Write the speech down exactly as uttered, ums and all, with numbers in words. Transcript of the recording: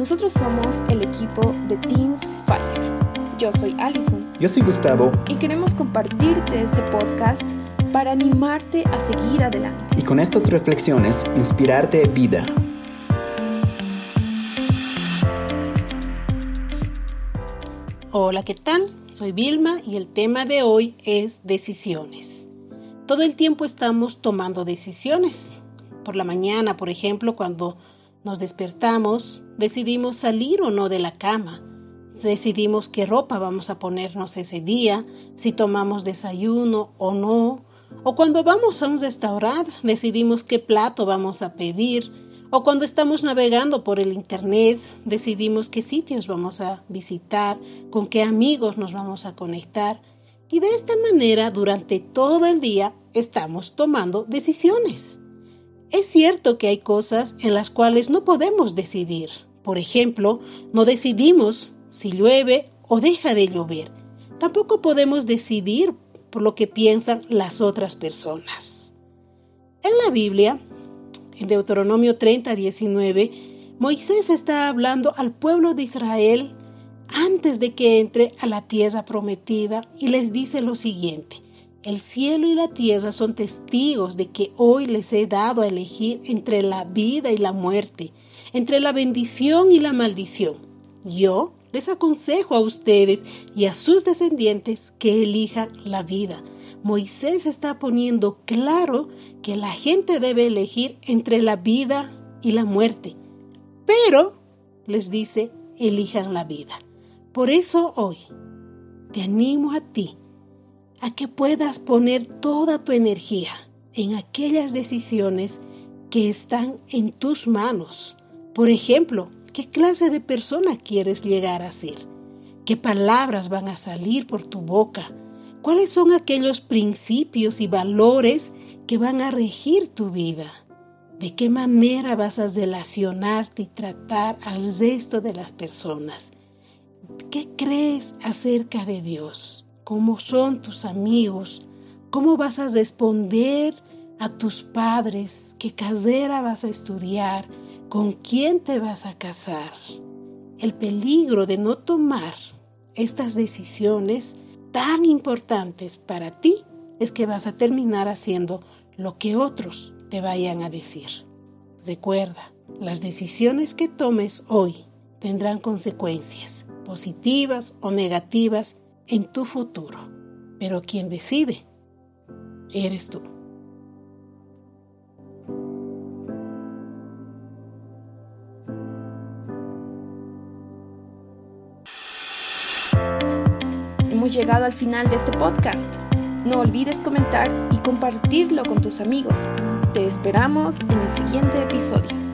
Nosotros somos el equipo de Teens Fire. Yo soy Alison. Yo soy Gustavo. Y queremos compartirte este podcast para animarte a seguir adelante. Y con estas reflexiones, inspirarte vida. Hola, ¿qué tal? Soy Vilma y el tema de hoy es decisiones. Todo el tiempo estamos tomando decisiones. Por la mañana, por ejemplo, cuando nos despertamos, decidimos salir o no de la cama. Decidimos qué ropa vamos a ponernos ese día, si tomamos desayuno o no. O cuando vamos a un restaurante, decidimos qué plato vamos a pedir. O cuando estamos navegando por el internet, decidimos qué sitios vamos a visitar, con qué amigos nos vamos a conectar. Y de esta manera, durante todo el día, estamos tomando decisiones. Es cierto que hay cosas en las cuales no podemos decidir. Por ejemplo, no decidimos si llueve o deja de llover. Tampoco podemos decidir por lo que piensan las otras personas. En la Biblia, en Deuteronomio treinta, diecinueve, Moisés está hablando al pueblo de Israel antes de que entre a la tierra prometida y les dice lo siguiente: el cielo y la tierra son testigos de que hoy les he dado a elegir entre la vida y la muerte, entre la bendición y la maldición. Yo les aconsejo a ustedes y a sus descendientes que elijan la vida. Moisés está poniendo claro que la gente debe elegir entre la vida y la muerte, pero les dice, elijan la vida. Por eso hoy te animo a ti a que puedas poner toda tu energía en aquellas decisiones que están en tus manos. Por ejemplo, ¿qué clase de persona quieres llegar a ser? ¿Qué palabras van a salir por tu boca? ¿Cuáles son aquellos principios y valores que van a regir tu vida? ¿De qué manera vas a relacionarte y tratar al resto de las personas? ¿Qué crees acerca de Dios? ¿Cómo son tus amigos? ¿Cómo vas a responder a tus padres? ¿Qué carrera vas a estudiar? ¿Con quién te vas a casar? El peligro de no tomar estas decisiones tan importantes para ti es que vas a terminar haciendo lo que otros te vayan a decir. Recuerda, las decisiones que tomes hoy tendrán consecuencias, positivas o negativas, en tu futuro. Pero quien decide eres tú. Hemos llegado al final de este podcast. No olvides comentar y compartirlo con tus amigos. Te esperamos en el siguiente episodio.